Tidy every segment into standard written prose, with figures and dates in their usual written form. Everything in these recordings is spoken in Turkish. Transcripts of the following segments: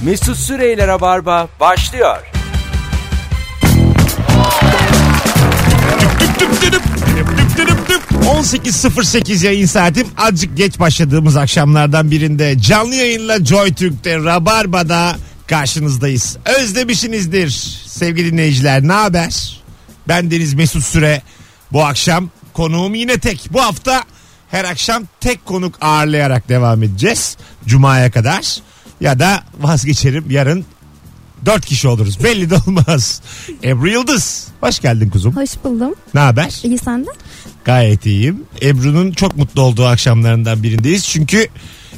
Mesut Süreyler'e Barba başlıyor. 18.08 yayın saatim. Azıcık geç başladığımız akşamlardan birinde canlı yayınla Joy Türk'te Rabarba'da karşınızdayız. Özlemişsinizdir sevgili dinleyiciler. Ne haber? Ben Deniz Mesut Süre. Bu akşam konuğum yine tek. Bu hafta her akşam tek konuk ağırlayarak devam edeceğiz. Cuma'ya kadar. Ya da vazgeçerim, yarın 4 kişi oluruz. Belli de olmaz. Ebru Yıldız. Hoş geldin kuzum. Hoş buldum. Ne haber? İyi, senden? Gayet iyiyim. Ebru'nun çok mutlu olduğu akşamlarından birindeyiz. Çünkü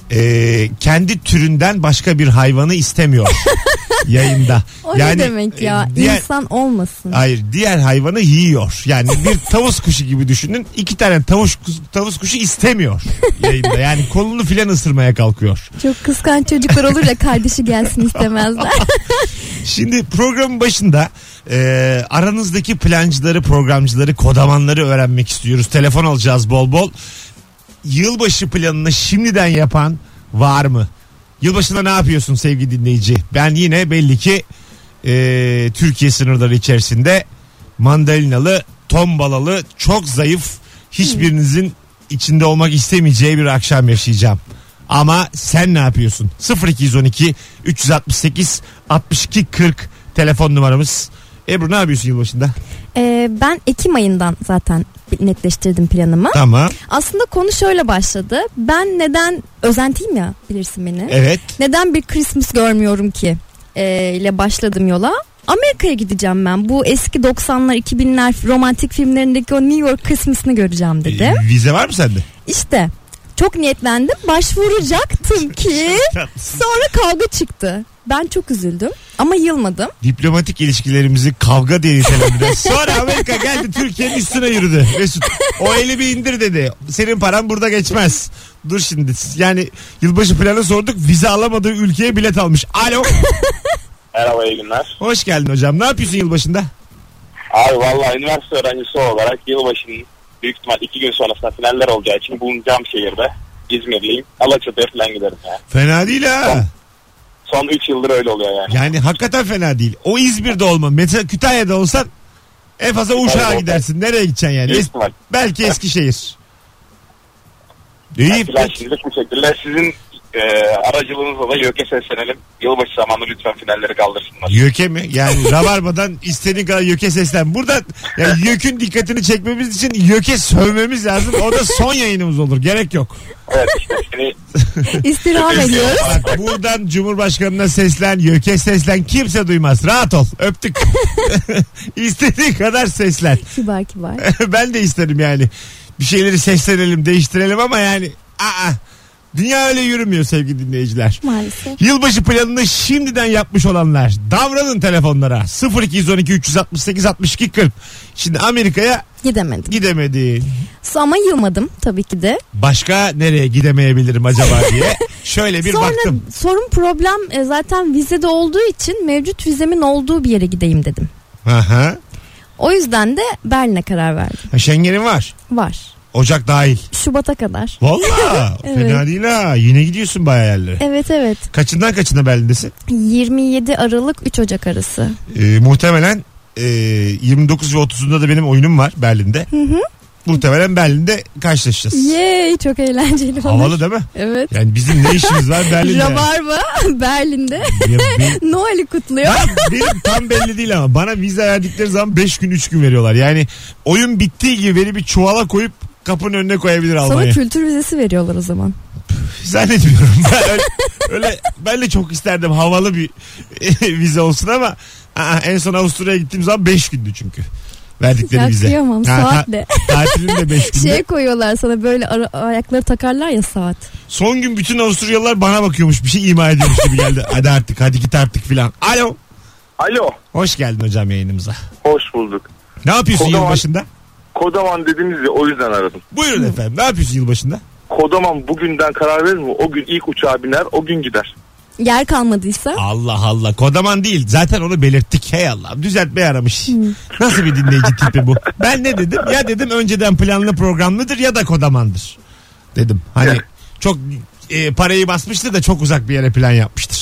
kendi türünden başka bir hayvanı istemiyor yayında. O yani, ne demek ya? İnsan olmasın. Hayır, diğer hayvanı yiyor. Yani bir tavus kuşu gibi düşünün. 2 tane tavus kuşu istemiyor yayında. Yani kolunu filan ısırmaya kalkıyor. Çok kıskanç çocuklar olur ya, kardeşi gelsin istemezler. Şimdi programın başında aranızdaki plancıları, programcıları, kodamanları öğrenmek istiyoruz. Telefon alacağız bol bol. Yılbaşı planını şimdiden yapan var mı? Yılbaşında ne yapıyorsun sevgili dinleyici? Ben yine belli ki Türkiye sınırları içerisinde mandalinalı, tombalalı, çok zayıf, hiçbirinizin içinde olmak istemeyeceği bir akşam yaşayacağım. Ama sen ne yapıyorsun? 0212 368 62 40 telefon numaramız. Ebru, ne yapıyorsun yılbaşında? Ben Ekim ayından zaten netleştirdim planımı. Tamam. Aslında konu şöyle başladı. Ben neden, özentiyim ya, bilirsin beni. Evet. Neden bir Christmas görmüyorum ki ile başladım yola. Amerika'ya gideceğim ben. Bu eski 90'lar 2000'ler romantik filmlerindeki o New York Christmas'ını göreceğim dedi. Vize var mı sende? İşte çok niyetlendim. Başvuracaktım ki sonra kavga çıktı. Ben çok üzüldüm ama yılmadım. Diplomatik ilişkilerimizi kavga diye nitelendirdi. Sonra Amerika geldi, Türkiye'nin üstüne yürüdü. Mesut, o eli bir indir dedi. Senin paran burada geçmez. Dur şimdi, yani yılbaşı planı sorduk, vize alamadığı ülkeye bilet almış. Alo. Merhaba, iyi günler. Hoş geldin hocam. Ne yapıyorsun yılbaşında? Abi vallahi üniversite öğrencisi olarak yılbaşının büyük ihtimal 2 gün sonrasında finaller olacağı için bulunacağım şehirde, İzmirliyim, Alaçatı'ya falan giderim ya. Fena değil ha. Son 3 yıldır öyle oluyor yani. Yani hakikaten fena değil. O İzmir'de olma. Mesela Kütahya'da olsan en fazla Uşak'a gidersin. Nereye gideceksin yani? Belki Eskişehir. İyi. Şimdilik bu şekilde sizin aracılığınızla da YÖK'e seslenelim. Yılbaşı zamanı lütfen finalleri kaldırsınlar. YÖK'e mi? Yani Rabarba'dan istediğin kadar YÖK'e seslen. Burada yani YÖK'ün dikkatini çekmemiz için YÖK'e sövmemiz lazım. O da son yayınımız olur. Gerek yok. Evet, işte seni istirham ediyoruz. Bak, buradan Cumhurbaşkanı'na seslen, YÖK'e seslen. Kimse duymaz. Rahat ol. Öptük. İstediğin kadar seslen. Kibar kibar. Ben de isterim yani. Bir şeyleri seslenelim, değiştirelim ama yani dünya öyle yürümüyor sevgili dinleyiciler. Maalesef. Yılbaşı planını şimdiden yapmış olanlar davranın telefonlara. 0212 368 62 40. Şimdi Amerika'ya gidemedi. Ama yılmadım tabii ki de. Başka nereye gidemeyebilirim acaba diye şöyle bir baktım. Sorun problem zaten vizede olduğu için mevcut vizemin olduğu bir yere gideyim dedim. Aha. O yüzden de Berlin'e karar verdim. Şengen'in var. Var. Ocak dahil. Şubat'a kadar. Valla evet. Fena değil ha. Yine gidiyorsun bayağı yerlere. Evet. Kaçından kaçına Berlin'desin? 27 Aralık 3 Ocak arası. Muhtemelen 29 ve 30'unda da benim oyunum var Berlin'de. Hı. Muhtemelen Berlin'de karşılaşacağız. Yay, çok eğlenceli olur. Havalı değil mi? Evet. Yani bizim ne işimiz var Berlin'de? Rabarba Berlin'de. Noel'i kutluyor. Benim tam belli değil ama bana vize verdikleri zaman 5 gün 3 gün veriyorlar. Yani oyun bittiği gibi beni bir çuvala koyup kapının önüne koyabilir Almanya. Sana kültür vizesi veriyorlar o zaman. Zannetmiyorum. Ben de çok isterdim havalı bir vize olsun ama en son Avusturya'ya gittiğim zaman 5 gündü çünkü. Verdikleri vize. Kıyamam, saatle. Tatilin de 5 günde. Koyuyorlar sana böyle ayakları takarlar ya, saat. Son gün bütün Avusturyalılar bana bakıyormuş, bir şey ima ediyormuş gibi geldi. Hadi git artık filan. Alo. Hoş geldin hocam yayınımıza. Hoş bulduk. Ne yapıyorsun yılbaşında? Kodaman dediniz ya, o yüzden aradım. Buyurun efendim, ne yapıyorsun yılbaşında? Kodaman bugünden karar verir mi? O gün ilk uçağa biner, o gün gider. Yer kalmadıysa? Allah Kodaman değil, zaten onu belirttik. Hey Allah, düzeltmeyi aramış. Nasıl bir dinleyici tipi bu? Ben ne dedim? Ya dedim önceden planlı programlıdır ya da kodamandır dedim. Hani çok parayı basmıştır da çok uzak bir yere plan yapmıştır.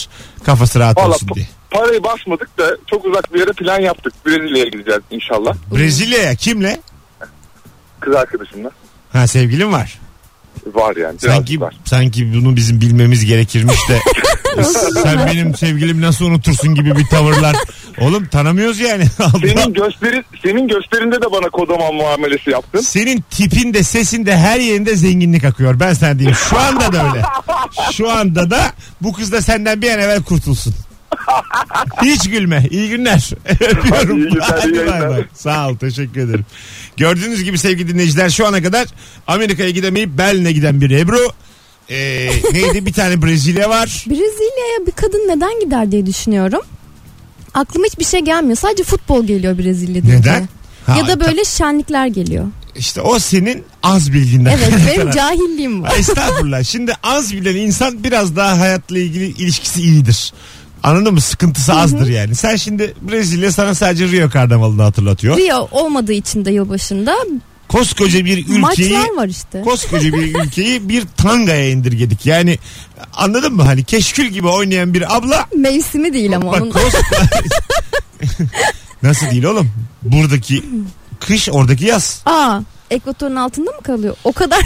Kafası rahat Valla olsun diye. parayı basmadık da çok uzak bir yere plan yaptık. Brezilya'ya gideceğiz inşallah. Brezilya'ya kimle? Kız arkadaşımla. Ha, sevgilin var. Var yani. Sanki bunu bizim bilmemiz gerekirmiş de sen benim sevgilim nasıl unutursun gibi bir tavırlar. Oğlum tanımıyoruz yani. Senin gösterinde de bana kodaman muamelesi yaptın. Senin tipinde, sesinde, her yerinde zenginlik akıyor. Ben sana diyeyim. Şu anda da öyle. Şu anda da bu kız da senden bir an evvel kurtulsun. Hiç gülme. İyi günler. Öpüyorum. İyi günler, Hadi iyi bay günler. bay. Sağ ol. Teşekkür ederim. Gördüğünüz gibi sevgili dinleyiciler, şu ana kadar Amerika'ya gidemeyip Berlin'e giden bir Ebru. Neydi? Bir tane Brezilya var. Brezilya'ya bir kadın neden gider diye düşünüyorum. Aklıma hiçbir şey gelmiyor. Sadece futbol geliyor Brezilya deyince. Neden? Ya da böyle şenlikler geliyor. İşte o senin az bilginden. Evet, benim cahilliğim var. Estağfurullah. Şimdi az bilen insan biraz daha hayatla ilgili ilişkisi iyidir. Anladın mı? Sıkıntısı azdır yani. Sen şimdi Brezilya sana sadece Rio Karnavalı'nı hatırlatıyor. Rio olmadığı için de yılbaşında koskoca bir ülkeyi, maçlar var işte. Koskoca bir ülkeyi bir tangaya indirgedik. Yani anladın mı? Hani keşkül gibi oynayan bir abla. Mevsimi değil ama onun. Nasıl değil oğlum? Buradaki kış, oradaki yaz. Ekvatorun altında mı kalıyor? O kadar.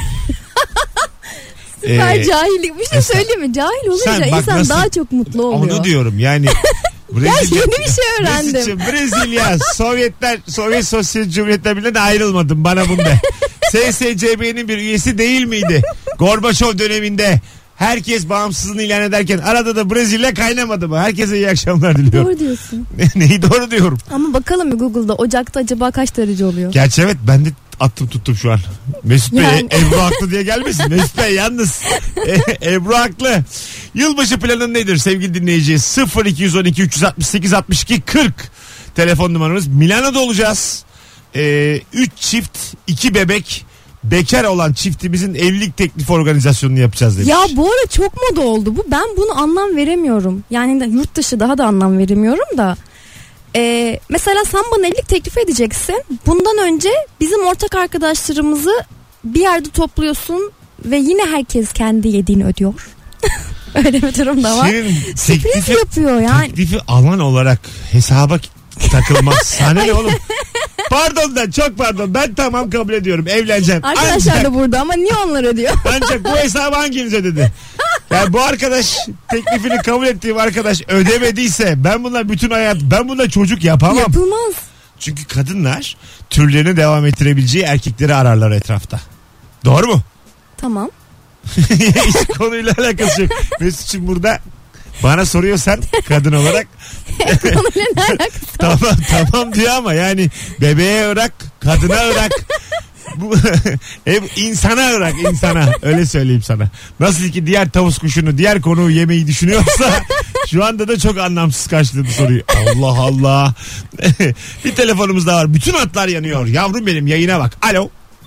Süper cahillik. Bir şey söyleyeyim mi? Cahil olunca insan nasıl, daha çok mutlu oluyor. Onu diyorum yani. Brezilya, yeni bir şey öğrendim. Brezilya, Sovyet Sosyalist Cumhuriyetler Birliği'ne ayrılmadım. Bana bunu de. SSCB'nin bir üyesi değil miydi? Gorbaçov döneminde herkes bağımsızlığını ilan ederken arada da Brezilya kaynamadı mı? Herkese iyi akşamlar diliyorum. Doğru diyorsun. Neyi doğru diyorum? Ama bakalım Google'da Ocak'ta acaba kaç derece oluyor? Gerçi evet, ben de attım tuttum şu an. Mesut Bey yani. Ebru haklı diye gelmesin. Mesut Bey yalnız. Ebru haklı. Yılbaşı planın nedir sevgili dinleyici? 0212 368 62 40 telefon numaramız. Milano'da olacağız. 3 çift 2 bebek, bekar olan çiftimizin evlilik teklifi organizasyonunu yapacağız demiş. Ya bu ara çok moda oldu bu. Ben bunu anlam veremiyorum. Yani yurt dışı daha da anlam veremiyorum da. Mesela sen bana evlilik teklif edeceksin. Bundan önce bizim ortak arkadaşlarımızı bir yerde topluyorsun ve yine herkes kendi yediğini ödüyor. Öyle bir durum da var. Sürpriz yapıyor yani. Teklifi alan olarak hesaba takılmaz. Sana ne oğlum? Pardon da çok pardon. Ben tamam kabul ediyorum. Evleneceğim. Arkadaşlar da burada ama niye onlar ödüyor? Ancak bu hesabı hanginiz ödedi? Yani bu arkadaş, teklifini kabul ettiğim arkadaş ödemediyse ben bununla çocuk yapamam. Yapılmaz. Çünkü kadınlar türlerini devam ettirebileceği erkekleri ararlar etrafta. Doğru mu? Tamam. Hiç konuyla alakası yok. Mesut'cum burada bana soruyorsan kadın olarak konuyla ne alakası? Tamam diyor ama yani bebeğe ırak, kadına ırak. Bu insana ırak, insana, öyle söyleyeyim sana. Nasıl ki diğer tavus kuşunu, diğer konuğu yemeyi düşünüyorsa şu anda da çok anlamsız karşıladı soruyu. Allah Allah. Bir telefonumuz daha var. Bütün hatlar yanıyor. Yavrum benim, yayına bak. Alo.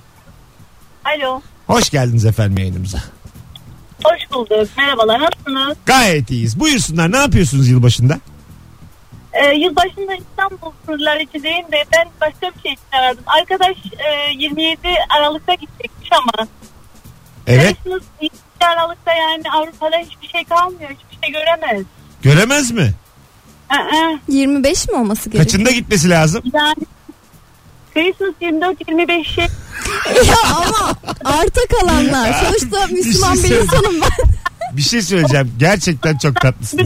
Alo. Hoş geldiniz efendim yayınımıza. Hoş bulduk. Merhabalar. Nasılsınız? Gayet iyiyiz. Buyursunlar. Ne yapıyorsunuz yılbaşında? Yılbaşında İstanbul turları içindeyim de ben başka bir şey için aradım. Arkadaş 27 Aralık'ta gidecekmiş ama. Evet. 27 Aralık'ta yani Avrupa'da hiçbir şey kalmıyor. Hiçbir şey göremez. Göremez mi? 25 mi olması gerekiyor? Kaçında gitmesi lazım? Yani Christmas 24-25 şey. Ya ama arta kalanlar. Sonuçta Müslüman bir insanım ben. Bir şey söyleyeceğim. Gerçekten çok tatlısınız.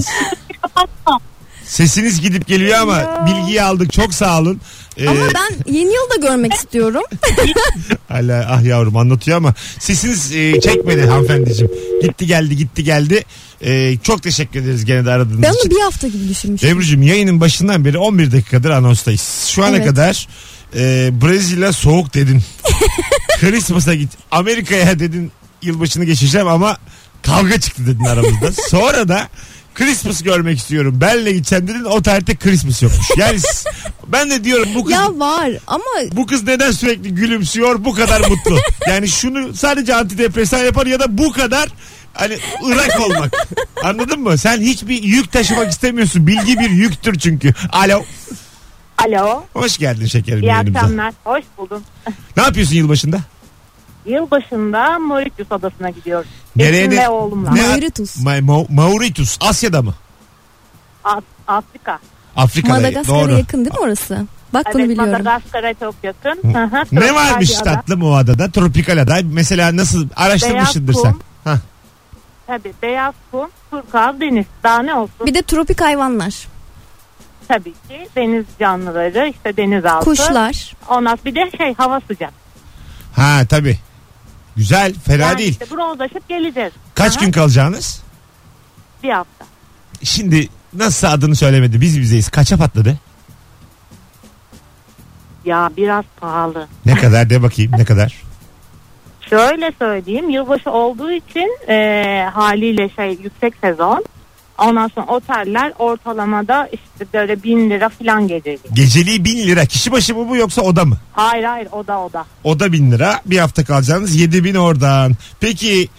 Sesiniz gidip geliyor ama bilgiyi aldık. Çok sağ olun. Ama ben yeni yılda görmek istiyorum. Hala ah yavrum anlatıyor ama sesiniz çekmedi hanımefendiciğim. Gitti geldi. Çok teşekkür ederiz gene de aradığınız ben için. Ben onu bir hafta gibi düşünmüştüm. Ebru'cum yayının başından beri 11 dakikadır anonstayız. Şu ana kadar Brezilya soğuk dedin. Christmas'a git. Amerika'ya dedin yılbaşını geçeceğim ama kavga çıktı dedin aramızda. Sonra da Christmas görmek istiyorum. Berlin'e gideceğim dedin, o tarihte Christmas yokmuş. Yani ben de diyorum bu kız... Ya var ama... Bu kız neden sürekli gülümsüyor, bu kadar mutlu? Yani şunu sadece antidepresan yapar ya da bu kadar hani ırak olmak. Anladın mı? Sen hiçbir yük taşımak istemiyorsun. Bilgi bir yüktür çünkü. Alo. Alo. Hoş geldin şekerim. İyi akşamlar. Hoş buldum. Ne yapıyorsun yılbaşında? Yılbaşında Mauritius adasına gidiyoruz. Nereye Eşim ve oğlumla. Mauritius. Mauritius. Asya'da mı? Afrika. Afrika'da Madagaskar'a doğru. yakın değil mi orası? Bak bunu Evet, biliyorum. Madagaskar'a çok yakın. Ne varmış tatlım o adada? Tropikal ada. Mesela nasıl araştırmışsındır Beyaz sen? kum. Hah. Tabii beyaz kum, turkuaz deniz. Daha ne olsun? Bir de tropik hayvanlar. Tabii ki deniz canlıları, işte denizaltı. Kuşlar. Ondan bir de hava sıcak. Ha tabii. Güzel, fena Yani değil. işte bronzlaşıp geleceğiz. Kaç Aha, gün kalacağınız? Bir hafta. Şimdi nasıl adını söylemedi? Biz bizeyiz. Kaça patladı? Ya biraz pahalı. Ne kadar de bakayım ne kadar? Şöyle söyleyeyim, yılbaşı olduğu için haliyle yüksek sezon. Ondan sonra oteller ortalamada işte böyle 1000 lira falan geceliği. Geceliği 1000 lira. Kişi başı mı bu yoksa oda mı? Hayır oda. Oda 1000 lira. Bir hafta kalacağınız 7000 oradan. Peki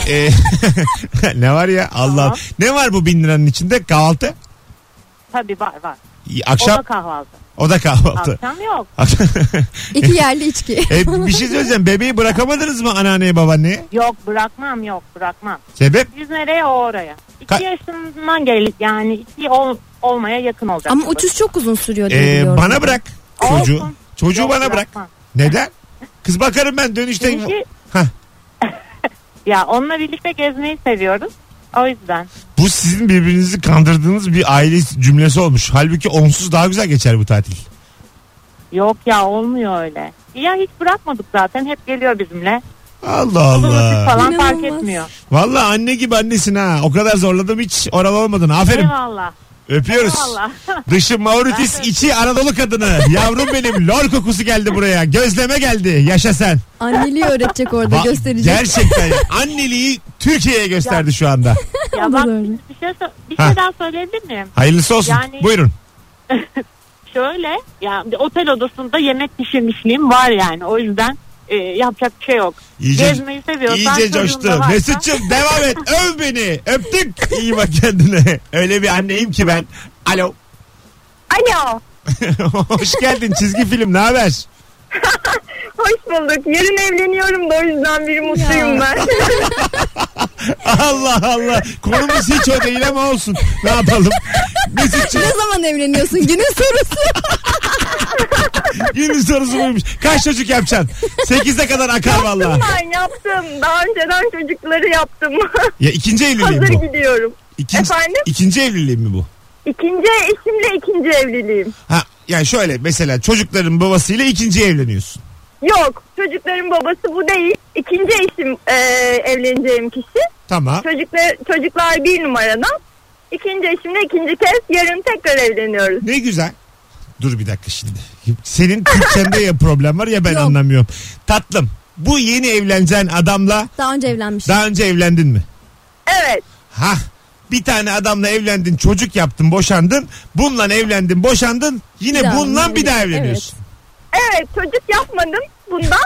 ne var ya Allah. Tamam. Ne var bu 1000 liranın içinde? Kahvaltı? Tabii var. Akşam? Oda kahvaltı. Oda kahvaltı. Akşam yok. 2 yerli içki. Bir şey söyleyeceğim. Bebeği bırakamadınız mı anneanneye babaanneye? Yok bırakmam. Sebep? Biz nereye o oraya. 2 yaşından yani 2 olmaya yakın olacak. Ama uçuş çok uzun sürüyor diye biliyorum. Bana bırak çocuğu. Olsun. Çocuğu Yok, bana bırak. bırakmam. Neden? Kız bakarım ben dönüşte. Çünkü Hah. ya onunla birlikte gezmeyi seviyoruz. O yüzden. Bu sizin birbirinizi kandırdığınız bir aile cümlesi olmuş. Halbuki onsuz daha güzel geçer bu tatil. Yok ya olmuyor öyle. Ya hiç bırakmadık zaten. Hep geliyor bizimle. Allah Uzun vakit Allah. falan fark İnanılmaz. etmiyor. Vallahi anne gibi annesin ha. O kadar zorladım hiç oralı olmadın. Aferin. Eyvallah. Öpüyoruz. Eyvallah. Dışı Mauritius, Ben de- içi Anadolu kadını. Yavrum benim. Lor kokusu geldi buraya. Gözleme geldi. Yaşa sen. Anneliği öğretecek orada gösterecek. Gerçekten. Anneliği Türkiye'ye gösterdi şu anda. Ya O da bak doğru. bir Ha. şey daha söyleyebilir miyim? Hayırlısı olsun. Yani- Buyurun. Şöyle ya bir otel odasında yemek pişirmişliğim var yani. O yüzden yapacak bir şey yok. Gezmeyi seviyorsan iyice çocuğun coştu. da varsa- Mesut'cum devam et. Öv beni. Öptük. İyi bak kendine. Öyle bir anneyim ki ben. Alo. Alo. Hoş geldin. Çizgi film. Ne haber? Hoş bulduk. Yarın evleniyorum da o yüzden bir mutluyum ben. Allah Allah. Konumuz hiç o değil ama olsun. Ne yapalım? Mesut'cum. Ne zaman evleniyorsun? Günün sorusu. Günün sorusu buymuş. Kaç çocuk yapacaksın? 8'e kadar akar valla. Ben yaptım. Daha önceden çocukları yaptım. Ya ikinci evliliğim Hazır bu. gidiyorum. Efendim? İkinci evliliğim mi bu? İkinci eşimle ikinci evliliğim. Ha yani şöyle mesela çocukların babasıyla ikinci evleniyorsun. Yok, çocukların babası bu değil. İkinci eşim evleneceğim kişi. Tamam. Çocuklar bir numaradan. İkinci eşimle ikinci kez yarın tekrar evleniyoruz. Ne güzel. Dur bir dakika şimdi. Senin Türkçemde ya problem var ya ben Yok. anlamıyorum. Tatlım bu yeni evleneceğin adamla Daha önce evlenmiş. daha önce evlendin mi? Evet. Ha bir tane adamla evlendin çocuk yaptın boşandın. Bununla evlendin boşandın. Yine Bir daha bununla bir daha evlen- evleniyorsun. Evet, çocuk yapmadım bundan.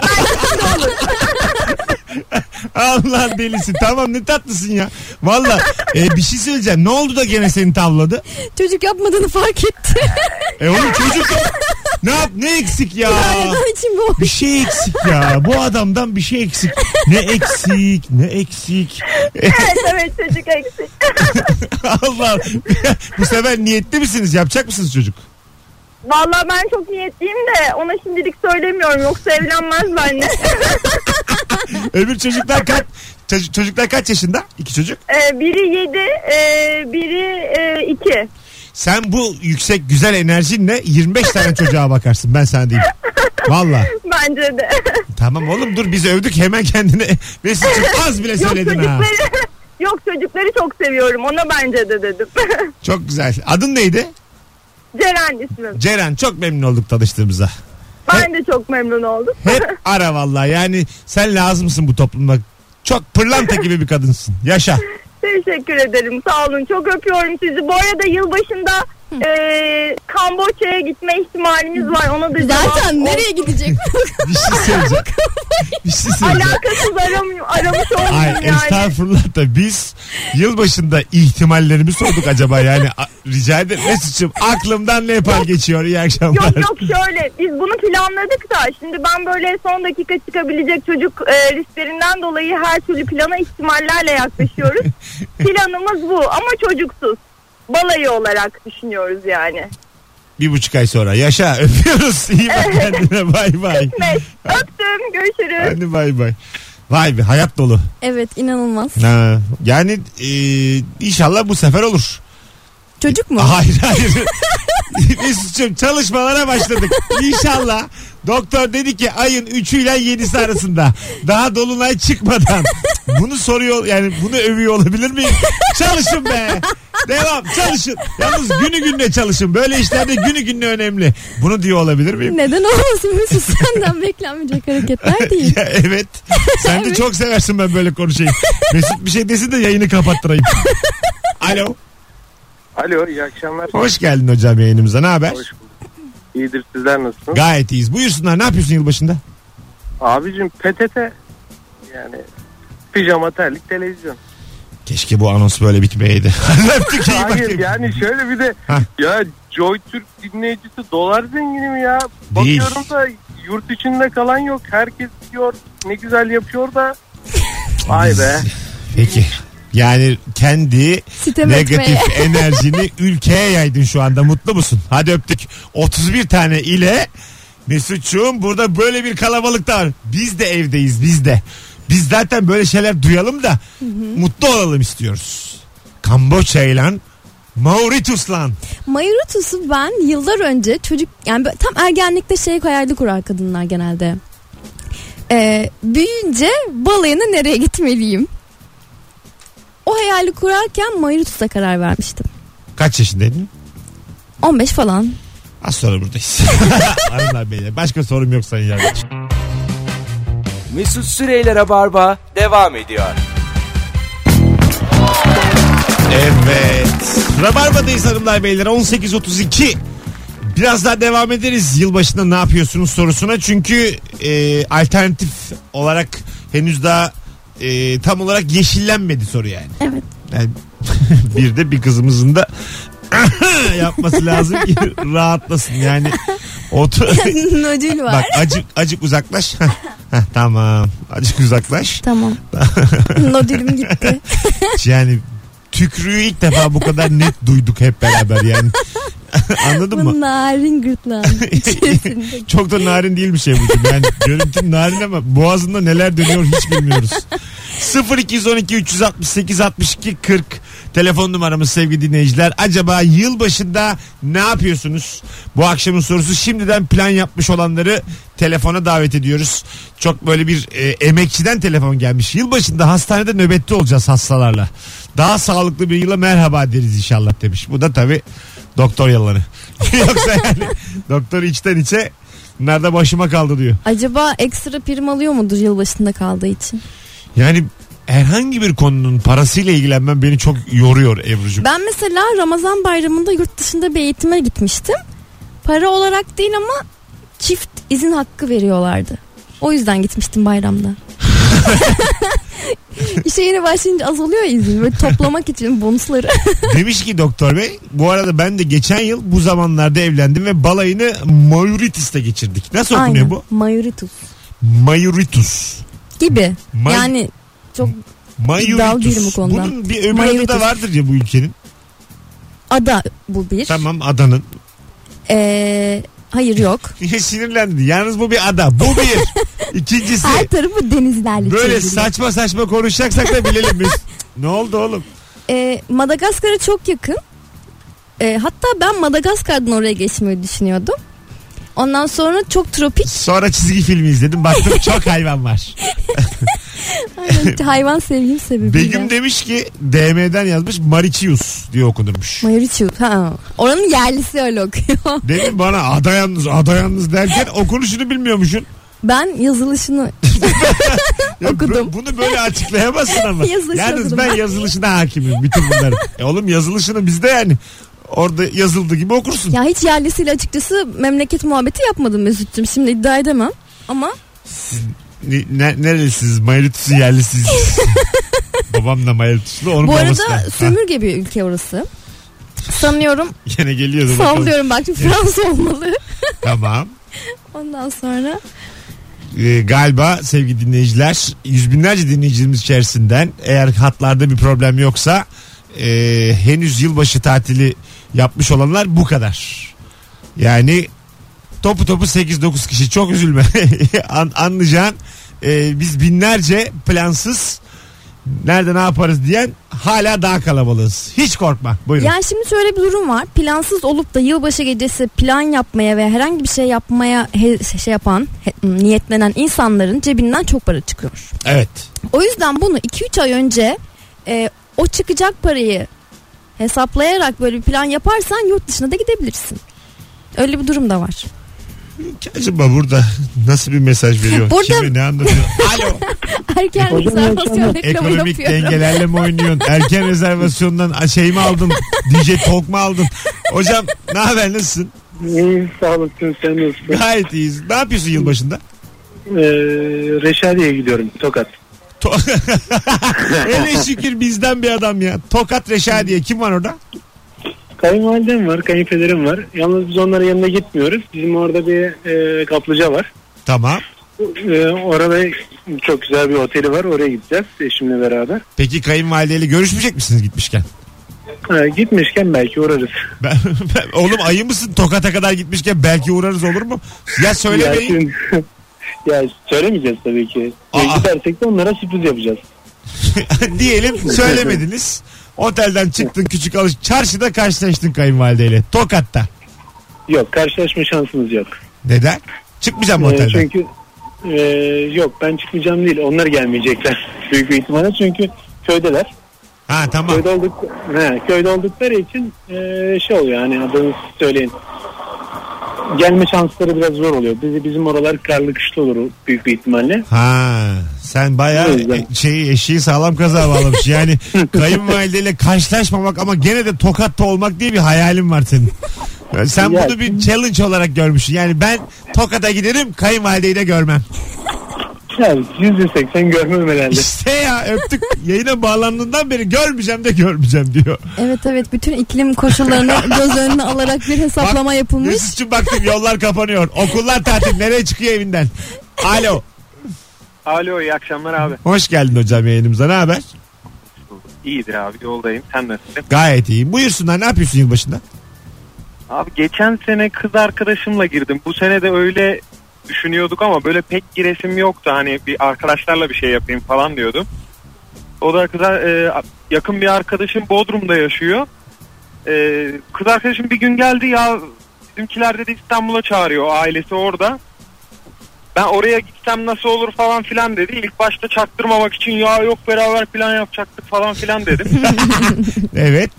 Allah delisi tamam ne tatlısın ya. Valla bir şey söyleyeceğim. Ne oldu da gene seni tavladı? Çocuk yapmadığını fark etti. Oğlum çocuk ne eksik ya? Onun için bu. Bir şey eksik ya. Bu adamdan bir şey eksik. Ne eksik. Evet çocuk eksik. Allah. Bu sefer niyetli misiniz? Yapacak mısınız çocuk? Vallahi ben çok niyetliyim de ona şimdilik söylemiyorum. Yoksa evlenmez benimle. Öbür çocuklar kaç? Çocuklar kaç yaşında? İki çocuk. Biri 7, biri 2. Sen bu yüksek güzel enerjinle 25 tane çocuğa bakarsın ben sana diyeyim. Valla. Bence de. Tamam oğlum dur biz övdük hemen kendine. Mesut'cum az bile söyledin ha. Yok çocukları çok seviyorum. Ona bence de dedim. Çok güzel. Adın neydi? Ceren ismim. Ceren çok memnun olduk tanıştığımıza. Ben de çok memnun oldum. Hep ara vallahi yani sen lazımsın bu toplumda. Çok pırlanta gibi bir kadınsın. Yaşa. Teşekkür ederim. Sağ olun. Çok öpüyorum sizi. Bu arada yılbaşında Kamboçya'ya gitme ihtimalimiz var. Ona da Zaten nereye gidecek? Bir şey söyleyeceğim. Bir şey söyleyeceğim. alakasız aramış Ay olmayayım yani. estağfurullah da biz yılbaşında ihtimallerimi sorduk acaba yani rica ederim Mesut'cum aklımdan ne yapar geçiyor iyi akşamlar. Yok şöyle biz bunu planladık da şimdi ben böyle son dakika çıkabilecek çocuk risklerinden dolayı her türlü plana ihtimallerle yaklaşıyoruz. Planımız bu ama çocuksuz. balayı olarak düşünüyoruz yani. 1,5 ay sonra. Yaşa, öpüyoruz. İyi bak kendine, bay bay. Öptüm, görüşürüz. Hadi bay bay. Vay be, hayat dolu. Evet, inanılmaz. Ha, yani inşallah bu sefer olur. Çocuk mu? Hayır. Mesut'cum, çalışmalara başladık. İnşallah. Doktor dedi ki ayın 3'ü ile 7'si arasında. Daha dolunay çıkmadan. Bunu soruyor, yani bunu övüyor olabilir miyim? Çalışın be. Devam, çalışın. Yalnız günü gününe çalışın. Böyle işlerde günü gününe önemli. Bunu diyor olabilir miyim? Neden olmasın Mesut? Senden beklenmeyecek hareketler değil. Ya, evet. Sen de çok seversin ben böyle konuşayım. Mesut bir şey desin de yayını kapattırayım. Alo. Alo, iyi akşamlar. Hoş geldin hocam yayınımıza. Ne haber? Hoş bulduk. İyidir, sizler nasılsınız? Gayet iyiyiz. Buyursunlar, ne yapıyorsun yılbaşında? Abicim PTT, yani pijama, terlik, televizyon. Keşke bu anons böyle bitmeyeydi. Hayır yani şöyle bir de ya Joy Türk dinleyicisi dolar zengini mi ya? Değil. Bakıyorum da yurt içinde kalan yok. Herkes diyor ne güzel yapıyor da. Vay be. Peki. Yani kendi Sitem negatif etmeye. enerjini ülkeye yaydın şu anda. Mutlu musun? Hadi öptük. 31 tane ile Mesut'cuğum, burada böyle bir kalabalık da var. Biz de evdeyiz, biz de. Biz zaten böyle şeyler duyalım da mutlu olalım istiyoruz. Kamboçya'yla Mauritius'la. Mauritius'u ben yıllar önce çocuk, yani tam ergenlikte hayalini kurar kadınlar genelde. Büyüyünce balayına nereye gitmeliyim? O hayali kurarken Mauritius'a karar vermiştim. Kaç yaşındaydın? 15 falan. Az sonra buradayız. Hanımlar beyler, başka sorum yok sayın yardımcı. Mesut Süreyler'e barba devam ediyor. Evet. Rabarba'dayız hanımlar beyler. 18.32. Biraz daha devam ederiz yılbaşında ne yapıyorsunuz sorusuna. Çünkü alternatif olarak henüz daha tam olarak yeşillenmedi soru yani. Evet. Yani bir de bir kızımızın da yapması lazım ki rahatlasın yani. Nodül var. Bak acık uzaklaş. Tamam. Acık uzaklaş. Tamam. Nodülüm gitti. Yani tükrüğü ilk defa bu kadar net duyduk hep beraber yani. Anladın mı? Bu narin gırtlağın içerisinde. Çok da narin değil bir şey bu. Yani görüntün narin ama boğazında neler dönüyor hiç bilmiyoruz. 0212 368 62 40 telefon numaramız sevgili dinleyiciler. Acaba yılbaşında ne yapıyorsunuz? Bu akşamın sorusu. Şimdiden plan yapmış olanları telefona davet ediyoruz. Çok böyle bir emekçiden telefon gelmiş. Yılbaşında hastanede nöbette olacağız hastalarla. Daha sağlıklı bir yıla merhaba deriz inşallah demiş. Bu da tabii doktor yalanı. Yoksa yani doktor içten içe nerede başıma kaldı diyor. Acaba ekstra prim alıyor mudur yılbaşında kaldığı için? Yani herhangi bir konunun parasıyla ilgilenmem beni çok yoruyor Ebru'cum. Ben mesela Ramazan bayramında yurt dışında bir eğitime gitmiştim. Para olarak değil ama çift izin hakkı veriyorlardı. O yüzden gitmiştim bayramda. İşe yeni başlayınca az oluyor izin. Böyle toplamak için bonusları. Demiş ki doktor bey, bu arada ben de geçen yıl bu zamanlarda evlendim ve balayını Mauritius'ta geçirdik. Nasıl okunuyor Aynen. bu? Mauritius. Mauritius. Gibi. Yani çok iddialı değilim bu konuda. Bunun bir öbür adı da vardır ya bu ülkenin. Ada bu bir. Tamam, adanın. Hayır yok. Niye sinirlendi? Yalnız bu bir ada. Bu bir. İkincisi. Her tarafı denizlerle böyle çevrili. saçma saçma konuşacaksak da bilelim biz. Ne oldu oğlum? Madagaskar'a çok yakın. Hatta ben Madagaskar'dan oraya geçmeyi düşünüyordum. Ondan sonra çok tropik. Sonra çizgi filmi izledim. Baktım çok hayvan var. Aynen, hayvan sevgim sebebiyle. Begüm demiş ki DM'den yazmış Mauritius diye okunurmuş. Mauritius. Ha. Oranın yerlisi öyle okuyor. Dedim bana ada yalnız derken okunuşunu bilmiyormuşsun. Ben yazılışını okudum. Bunu böyle açıklayamazsın ama. Yazılış Yalnız okudum ben ben. yazılışına hakimim bütün bunların. Oğlum yazılışını bizde yani. Orada yazıldığı gibi okursun. Ya hiç yerlisiyle açıkçası memleket muhabbeti yapmadım Mesut'cum. Şimdi iddia edemem ama. Nerelisiniz? Mauritius'un yerlisiyiz. Babam da Mauritius'lu. Onun bu babası arada da. sömürge bir ülke orası. Sanıyorum. Yine geliyordu. Sallıyorum bak şimdi Fransa olmalı. Tamam. Ondan sonra. Galiba sevgili dinleyiciler, yüz binlerce dinleyicimiz içerisinden eğer hatlarda bir problem yoksa henüz yılbaşı tatili yapmış olanlar bu kadar. Yani topu 8-9 kişi, çok üzülme. Anlayacağın biz binlerce plansız nerede ne yaparız diyen hala daha kalabalığız. Hiç korkma. Buyurun. Yani şimdi şöyle bir durum var. Plansız olup da yılbaşı gecesi plan yapmaya ve herhangi bir şey yapmaya niyetlenen insanların cebinden çok para çıkıyor. Evet. O yüzden bunu 2-3 ay önce o çıkacak parayı hesaplayarak böyle bir plan yaparsan yurt dışına da gidebilirsin. Öyle bir durum da var. Acaba burada nasıl bir mesaj veriyor? Burada... Kimi ne anlatıyor? Alo. Erken rezervasyon reklamı Ekonomik yapıyor. dengelerle mi oynuyorsun? Erken rezervasyondan şey mi aldın? DJ Talk mu aldın? Hocam ne haber, nasılsın? İyiyim, sağ olasın, sen nasılsın? Gayet iyiyiz. Ne yapıyorsun yılbaşında? Reşadiye'ye gidiyorum, Tokat. Hele şükür bizden bir adam ya. Tokat Reşadiye. Kim var orada? Kayınvalidem var, kayınpederim var. Yalnız biz onların yanına gitmiyoruz. Bizim orada bir kaplıca var. Tamam. Orada çok güzel bir oteli var. Oraya gideceğiz eşimle beraber. Peki kayınvalideyle görüşmeyecek misiniz gitmişken? Gitmişken belki uğrarız. Oğlum ayı mısın? Tokat'a kadar gitmişken belki uğrarız olur mu? Ya söylemeyin. Ya söylemeyeceğiz tabii ki. Gidersek de onlara sürpriz yapacağız. Diyelim söylemediniz. Otelden çıktın, küçük çarşıda karşılaştın kayınvalideyle. Tokat'ta. Yok, karşılaşma şansımız yok. Neden? Çıkmayacağım otelden. Çünkü yok, ben çıkmayacağım değil. Onlar gelmeyecekler. Büyük bir ihtimalle, çünkü köydeler. Ha tamam. Köyde oldukları için şey oluyor, hani adını söyleyin. Gelme şansları biraz zor oluyor. Bizim oralar karlı kışlı olur büyük bir ihtimalle. Ha, sen bayağı eşiği sağlam kaza bağlamış. Yani kayınvalideyle karşılaşmamak ama gene de Tokat'ta olmak diye bir hayalin var senin. Sen bunu bir challenge olarak görmüşsün. Yani ben Tokat'a giderim, kayınvalideyi de görmem. Yani %80 görmem herhalde. İşte ya, öptük. Yayına bağlandığından beri görmeyeceğim diyor. Evet, bütün iklim koşullarını göz önüne alarak bir hesaplama yapılmış. Mesut'cum baktım yollar kapanıyor. Okullar tatil, nereye çıkıyor evinden? Alo, iyi akşamlar abi. Hoş geldin hocam yayınımıza, ne haber? İyidir abi, yoldayım, sen nasılsın? Gayet iyiyim. Buyursunlar, ne yapıyorsun yılbaşında? Abi geçen sene kız arkadaşımla girdim. Bu sene de öyle düşünüyorduk ama böyle pek giresim yoktu. Hani bir arkadaşlarla bir şey yapayım falan diyordum. O da yakın bir arkadaşım Bodrum'da yaşıyor. Kız arkadaşım bir gün geldi, ya bizimkiler dedi İstanbul'a çağırıyor, ailesi orada. Ben oraya gitsem nasıl olur falan filan dedi. İlk başta çaktırmamak için ya yok beraber plan yapacaktık falan filan dedim. Evet.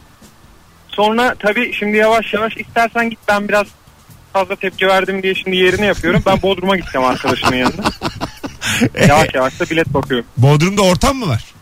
Sonra tabii şimdi yavaş yavaş istersen git, ben biraz fazla tepki verdim diye şimdi yerini yapıyorum. Ben Bodrum'a gideceğim arkadaşımın yanına. Yavaş yavaş da bilet bakıyorum. Bodrum'da ortam mı var?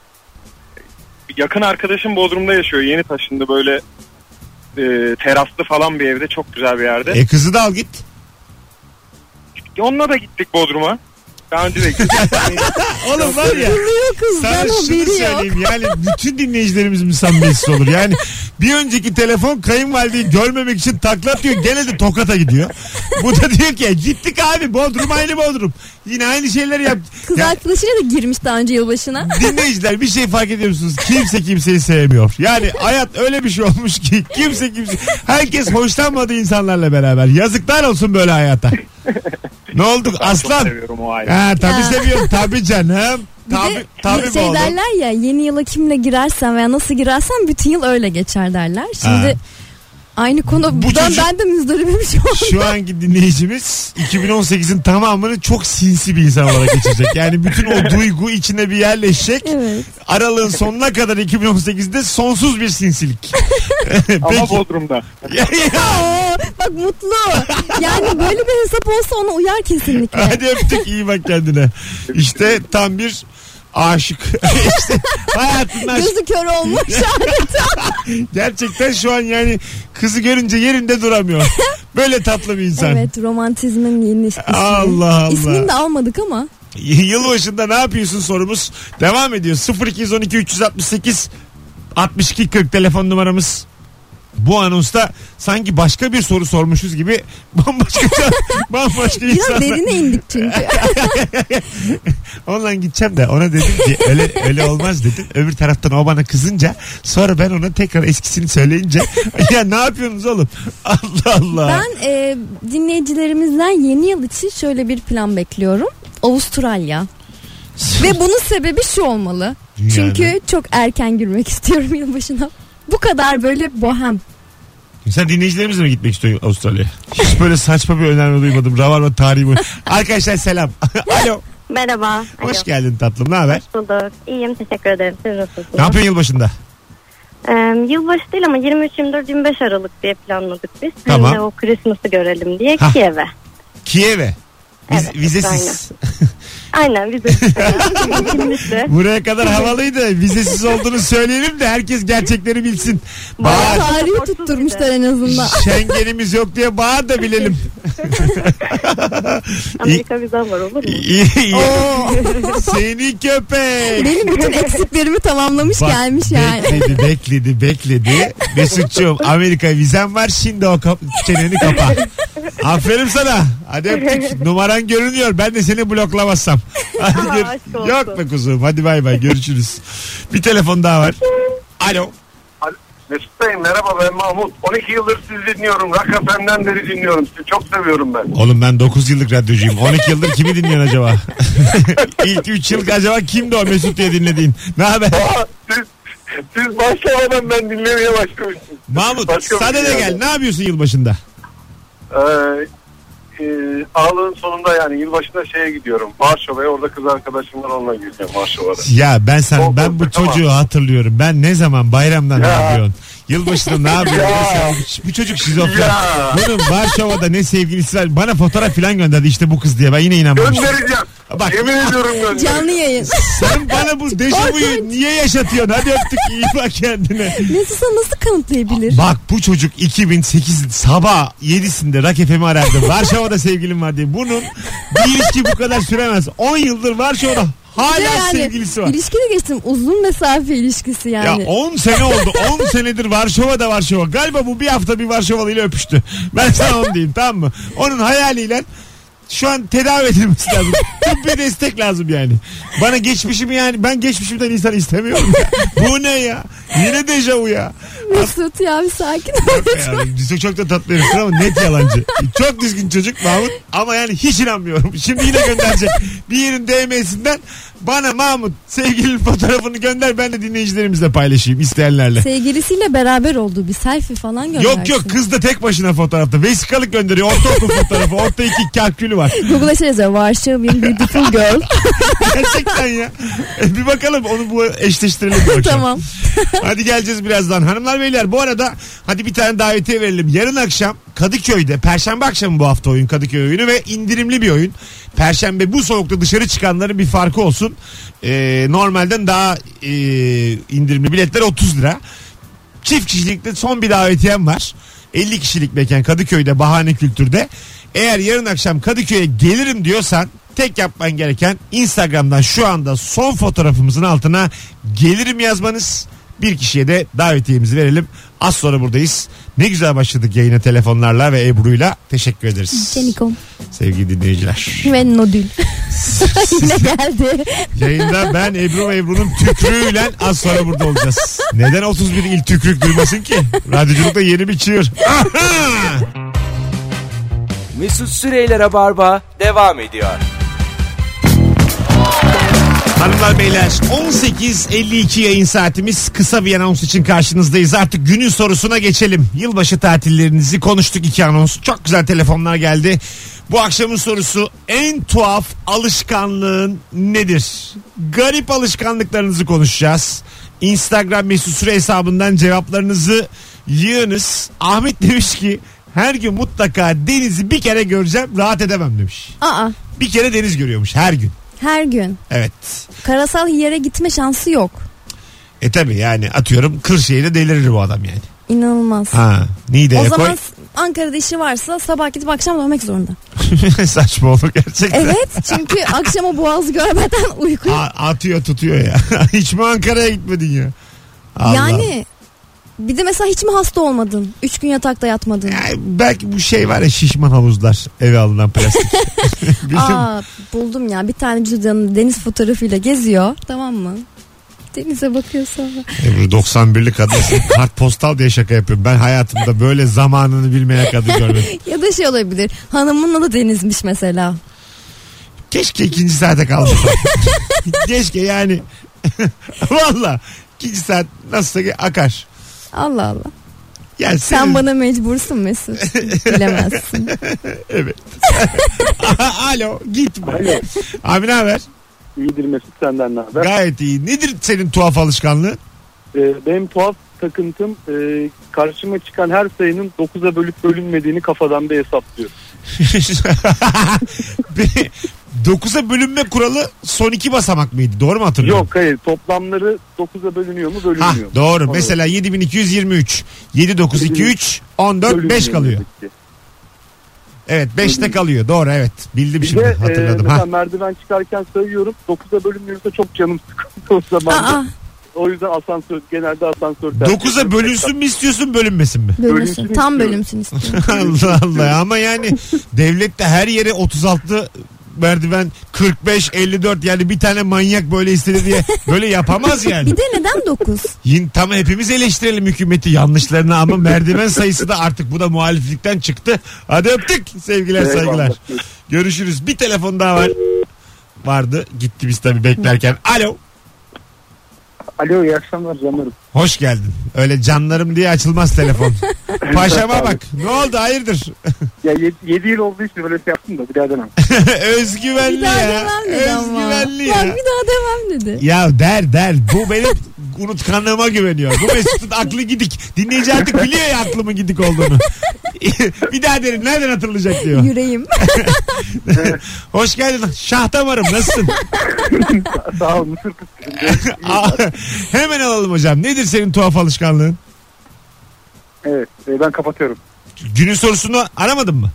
Yakın arkadaşım Bodrum'da yaşıyor. Yeni taşındı, böyle teraslı falan bir evde, çok güzel bir yerde. Kızı da al git. Onunla da gittik Bodrum'a. Daha önce de gittik. Oğlum var ya, sana şunu söyleyeyim, yani bütün dinleyicilerimizin samimiyetsiz olur. Yani bir önceki telefon kayınvalideyi görmemek için takla atıyor, gene de Tokat'a gidiyor. Bu da diyor ki gittik abi, Bodrum aynı Bodrum. Yine aynı şeyleri yap. Kız arkadaşıyla da girmiş daha önce yılbaşına. Dinleyiciler, bir şey fark ediyor musunuz? Kimse kimseyi sevmiyor. Yani hayat öyle bir şey olmuş ki herkes hoşlanmadığı insanlarla beraber. Yazıklar olsun böyle hayata. Ne olduk aslan? Çok seviyorum o aileyi. Tabii seviyorum, tabii canım. Tabii şey derler ya, yeni yıla kimle girersen veya nasıl girersen bütün yıl öyle geçer derler. Şimdi aynı konu. Buradan ben de müzdaribim şu anda. Şu anki dinleyicimiz 2018'in tamamını çok sinsi bir insan olarak geçecek. Yani bütün o duygu içine bir yerleşecek. Evet. Aralığın sonuna kadar 2018'de sonsuz bir sinsilik. Ama Bodrum'da. Bak mutlu. Yani böyle bir hesap olsa ona uyar kesinlikle. Hadi öptük, iyi bak kendine. İşte tam bir aşık. İşte hayatının aşkı. Gözü kör olmuş adeta. Gerçekten şu an yani kızı görünce yerinde duramıyor. Böyle tatlı bir insan. Evet, romantizmin yeni ismi. Allah Allah. İsmini de almadık ama. Yılbaşında ne yapıyorsun sorumuz devam ediyor. 0212 368 62 40 telefon numaramız. Bu anonsta sanki başka bir soru sormuşuz gibi bambaşka Biraz insanlar. derine indik çünkü. Ondan gideceğim de ona dedim ki öyle olmaz dedim. Öbür taraftan o bana kızınca sonra ben ona tekrar eskisini söyleyince ya ne yapıyorsunuz oğlum? Allah Allah. Ben dinleyicilerimizden yeni yıl için şöyle bir plan bekliyorum. Avustralya. Ve bunun sebebi şu olmalı. Yani. Çünkü çok erken girmek istiyorum yılbaşına. Bu kadar böyle bohem. Sen dinleyicilerimizle mi gitmek istiyorsun Avustralya'ya? Hiç böyle saçma bir önerme duymadım. Ravarva tarihi bu. Arkadaşlar selam. Alo. Merhaba. Hoş geldin tatlım. Ne haber? Hoş bulduk. İyiyim. Teşekkür ederim. Siz nasılsınız? Ne yapıyorsun yılbaşında? Yılbaşı değil ama 23, 24, 25 Aralık diye planladık biz. Tamam. Hem de o Christmas'ı görelim diye Hah. Kiev'e. Kiev'e. Evet, Vizesiz. Aynen vizesiz. Buraya kadar havalıydı. Vizesiz olduğunu söyleyelim de herkes gerçekleri bilsin. Bağır. Tarihi tutturmuşlar en azından. Şengenimiz yok diye bağır da bilelim. Amerika vizem var olur mu? İyi. Seni köpek. Benim bütün eksiklerimi tamamlamış Bak, gelmiş yani. Bekledi. Mesut'cuğum Amerika vizem var şimdi o çeneni kapa. Aferin sana. Hadi öptük. Numaran görünüyor. Ben de seni bloklamazsam. Hadi aşk olsun. Yok be kuzum. Hadi bay bay görüşürüz. Bir telefon daha var. Alo. Mesut Bey merhaba, ben Mahmut. 12 yıldır sizi dinliyorum. Rock FM'den beri dinliyorum. Sizi çok seviyorum ben. Oğlum ben 9 yıllık radyocuyum. 12 yıldır kimi dinliyorsun acaba? İlk 3 yıl acaba kimdi o Mesut diye dinlediğin? Ne haber? Siz başlamadan ben dinlemeye başlamıştım. Mahmut Başka bir sana şey da gel. yani. Ne yapıyorsun yılbaşında? Ağlığın sonunda yani yılbaşında şeye gidiyorum. Varşova'ya, orada kız arkadaşım var, onunla gideceğim Varşova'da. Ya ben bu çocuğu hatırlıyorum. Ben ne zaman bayramda ne yapıyorsun? Yılbaşında ne yapıyorsun? Bu çocuk şizofren. Bunun Varşova'da ne sevgilisi var. Bana fotoğraf falan gönderdi işte bu kız diye. Ben yine inanmamıştım. Göndereceğim. Bak. Yemin ediyorum göndereceğim. Canlı yayın. Sen bana bu dejavuyu niye yaşatıyorsun? Hadi öptük, iyi bak kendine. Mesut'a nasıl kanıtlayabilir? Bak bu çocuk 2008 sabah 7'sinde Rock FM'i aradı. Varşova'da sevgilim var diye. Bunun bir ilişki bu kadar süremez. 10 yıldır Varşova'da hala Yani, sevgilisi var. İlişki de geçtim. Uzun mesafe ilişkisi yani. Ya 10 sene oldu. 10 senedir Varşova'da Varşova. Galiba bu bir hafta bir Varşovalı ile öpüştü. Ben sana onu diyeyim, tamam mı? Onun hayaliyle şu an tedavi edilmesi lazım. Tıbbi destek lazım yani. Bana geçmişimi yani ben geçmişimden insan istemiyorum ya. Bu ne ya? Yine dejavu ya. Mesut ya bir sakin ol. Yani, çok da tatlı heriftir ama net yalancı. Çok düzgün çocuk Mahmut ama yani hiç inanmıyorum. Şimdi yine gönderecek. Bir yerin DM'sinden bana Mahmut sevgilinin fotoğrafını gönder, ben de dinleyicilerimizle paylaşayım isteyenlerle. Sevgilisiyle beraber olduğu bir selfie falan göndersin. Yok kız da tek başına fotoğrafta. Vesikalık gönderiyor. Ortaokul fotoğrafı. Orta 2 kalkülü var. Google'a şey yazıyor. Varşova'nın beautiful girl. Gerçekten ya. Bir bakalım onu bu eşleştirelim bu akşam. Tamam. Hadi geleceğiz birazdan. Hanımlar beyler bu arada hadi bir tane davetiye verelim. Yarın akşam Kadıköy'de, Perşembe akşamı bu hafta oyun, Kadıköy oyunu ve indirimli bir oyun. Perşembe bu soğukta dışarı çıkanların bir farkı olsun. Normalden daha indirimli biletler 30 lira. Çift kişilikte son bir davetiyem var. 50 kişilik mekan Kadıköy'de, Bahane Kültür'de. Eğer yarın akşam Kadıköy'e gelirim diyorsan tek yapman gereken Instagram'dan şu anda son fotoğrafımızın altına gelirim yazmanız. Bir kişiye de davetiyemizi verelim. Az sonra buradayız. Ne güzel başladık yayına telefonlarla ve Ebru'yla. Teşekkür ederiz. Cenikom. Sevgili dinleyiciler. Ve Nodül. Yine geldi. Yayında ben, Ebru ve Ebru'nun tükrüğüyle az sonra burada olacağız. Neden 31 il tükrük duymasın ki? Radyoculukta yeni bir çığır. Mesut Süreyler'e barba devam ediyor. Hanımlar beyler 18.52 yayın saatimiz, kısa bir anons için karşınızdayız. Artık günün sorusuna geçelim. Yılbaşı tatillerinizi konuştuk, 2 anons. Çok güzel telefonlar geldi. Bu akşamın sorusu, en tuhaf alışkanlığın nedir? Garip alışkanlıklarınızı konuşacağız. Instagram Mesut Süre hesabından cevaplarınızı yığınız. Ahmet demiş ki her gün mutlaka denizi bir kere göreceğim, rahat edemem demiş. Bir kere deniz görüyormuş her gün. Her gün. Evet. Karasal yere gitme şansı yok. Tabi yani atıyorum Kırşehir'de delirir bu adam yani. İnanılmaz. Niğde'ye o zaman koy. Ankara'da işi varsa sabah gidip akşam dönmek zorunda. Saçma olur gerçekten. Evet, çünkü akşama Boğaz'ı görmeden uyku. Atıyor tutuyor ya. Hiç mi Ankara'ya gitmedin ya? Yani Bir de mesela hiç mi hasta olmadın? 3 gün yatakta yatmadın. Yani belki bu şey var ya, şişman havuzlar, eve alınan plastik. Aa, buldum ya, bir tane cüzdanın deniz fotoğrafıyla geziyor, tamam mı? Denize bakıyor sonra. 91'li kadınsın. Kartpostal diye şaka yapıyorum. Ben hayatımda böyle zamanını bilmeyen kadın görmedim. Ya da şey olabilir, hanımın adı Deniz'miş mesela. Keşke 2. saate kalmasam. Keşke yani. Valla 2. saat nasılsa akar. Allah Allah. Yani sen bana mecbursun Mesut. Bilemezsin. Evet. Alo, gitme. Alo. Abi ne haber? İyidir Mesut, senden ne haber? Gayet iyi. Nedir senin tuhaf alışkanlığın? Benim tuhaf takıntım karşıma çıkan her sayının 9'a bölüp bölünmediğini kafadan bir hesaplıyor. 9'a bölünme kuralı son 2 basamak mıydı? Doğru mu hatırlıyorum? Yok hayır, toplamları 9'a bölünüyor mu bölünmüyor mu? Doğru. Onu mesela 7223 7 9 2 3 14 5 kalıyor. Evet 5'te kalıyor. Doğru, evet. Bildim şimdi, hatırladım. Mesela merdiven çıkarken sayıyorum, 9'a bölünmüyorsa çok canım sıkıldı o zaman. O yüzden genelde asansör. 9'a bölünsün mü istiyorsun, bölünmesin mi? Bölünsün. Tam bölünsün istiyorum. Allah Allah, ama yani devlet de her yere 36 merdiven, 45 54, yani bir tane manyak böyle istedi diye böyle yapamaz yani. Bir de neden 9? Tam hepimiz eleştirelim hükümeti yanlışlarını, ama merdiven sayısı da artık, bu da muhaliflikten çıktı. Hadi öptük, sevgiler saygılar. Görüşürüz. Bir telefon daha vardı, gitti biz tabii beklerken. Alo. Alo, iyi akşamlar canlarım. Hoş geldin. Öyle canlarım diye açılmaz telefon. Paşama bak. Ne oldu, hayırdır? Ya 7 yıl olduğu için böyle şey yaptım da bir daha demem. Özgüvenli bir daha ya. demem dedi Özgüvenli ama. ya. Bak bir daha demem dedi. Ya der. Bu benim unutkanlığıma güveniyor. Bu Mesut'un aklı gidik. Dinleyici artık biliyor ya aklımın gidik olduğunu. Bir daha derim, nereden hatırlayacak diyor. Yüreğim. Hoş geldin. Şah damarım, nasılsın? Sağ ol, Mısır kızım. Hemen alalım hocam. Nedir senin tuhaf alışkanlığın? Evet, ben kapatıyorum. Günün sorusunu aramadın mı?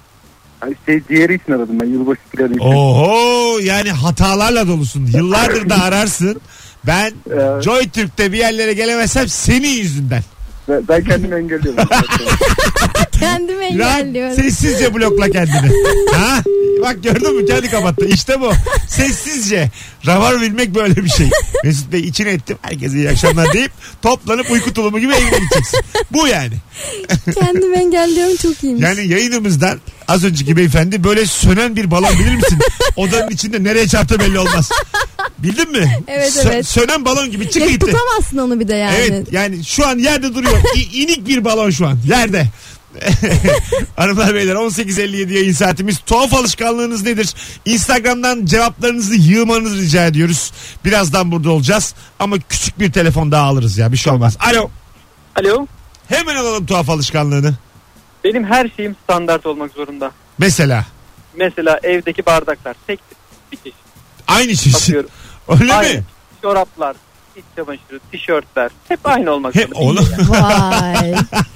Diğeri için aradım ben, yılbaşı planı için. Oho, yani hatalarla dolusun. Yıllardır da ararsın. Ben Joy Türk'te bir yerlere gelemezsem senin yüzünden. Ben kendimi engelliyorum. Kendimi engelliyorum. Sessizce blokla kendini. Ha? Bak gördün mü, kendi kapattı. İşte bu. Sessizce. Ravar bilmek böyle bir şey. Mesut Bey içine ettim. Herkese iyi akşamlar deyip toplanıp uyku tulumu gibi evine gideceksin. Bu yani. Kendimi engelliyorum, çok iyiymiş. Yani yayınımızdan az önceki beyefendi böyle sönen bir balon, bilir misin? Odanın içinde nereye çarptı belli olmaz. Bildin mi? Evet. Sönen balon gibi çık gitti. Tutamazsın onu bir de yani. Evet, yani şu an yerde duruyor. İnik bir balon şu an yerde. Hanımlar beyler, 18.57 yayın saatimiz. Tuhaf alışkanlığınız nedir? Instagram'dan cevaplarınızı yığmanızı rica ediyoruz. Birazdan burada olacağız ama küçük bir telefon daha alırız ya, bir şey olmaz. Alo. Alo. Hemen alalım tuhaf alışkanlığını. Benim her şeyim standart olmak zorunda. Mesela evdeki bardaklar tek bitiş. aynı şey. Atıyorum. Öyle aynı. mi? Çoraplar, iç çamaşırı, tişörtler hep aynı olmak Hep zorunda. onu. Vay.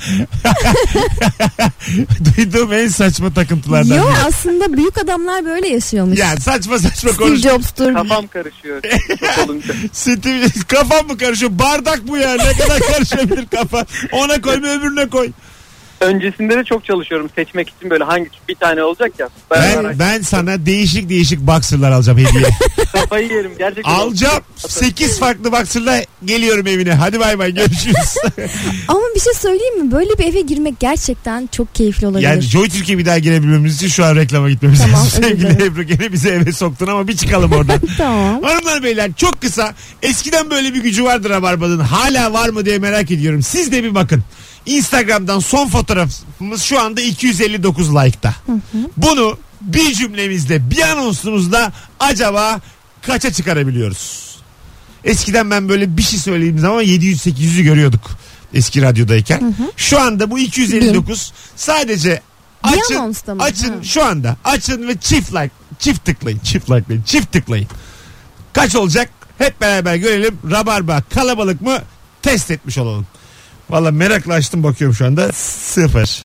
Duyduğum en saçma takıntılardan Yo, biri. aslında büyük adamlar böyle yaşıyormuş. Ya saçma Steve konuş. Jobs'tur. Kafam karışıyor. Çok olunca. Kafam mı karışıyor? Bardak bu ya. Ne kadar karışabilir kafa? Ona koy mu, öbürüne koy. Öncesinde de çok çalışıyorum seçmek için, böyle hangi bir tane olacak ya. Ben sana değişik boxer'lar alacağım hediye. Kafayı yerim gerçekten. Alacağım. 8 farklı boxer'la geliyorum evine. Hadi bay bay, görüşürüz. Ama bir şey söyleyeyim mi? Böyle bir eve girmek gerçekten çok keyifli olabilir. Yani Joy Türkiye bir daha girebilmemiz için şu an reklama gitmemiz Tamam, lazım. özür Sevgili dilerim. Ebru, gene bizi eve soktun ama bir çıkalım oradan. Tamam. Hanımlar beyler, çok kısa. Eskiden böyle bir gücü vardır Rabarba'nın. Hala var mı diye merak ediyorum. Siz de bir bakın. Instagram'dan son fotoğrafımız şu anda 259 like'ta. Bunu bir cümlemizde, bir anonsumuzda acaba kaça çıkarabiliyoruz? Eskiden ben böyle bir şey söylediğim zaman 700-800'ü görüyorduk eski radyodayken. Şu anda bu 259 sadece açın şu anda açın ve çift tıklayın. Kaç olacak? Hep beraber görelim. Rabarba kalabalık mı? Test etmiş olalım. Valla merakla açtım, bakıyorum şu anda 0.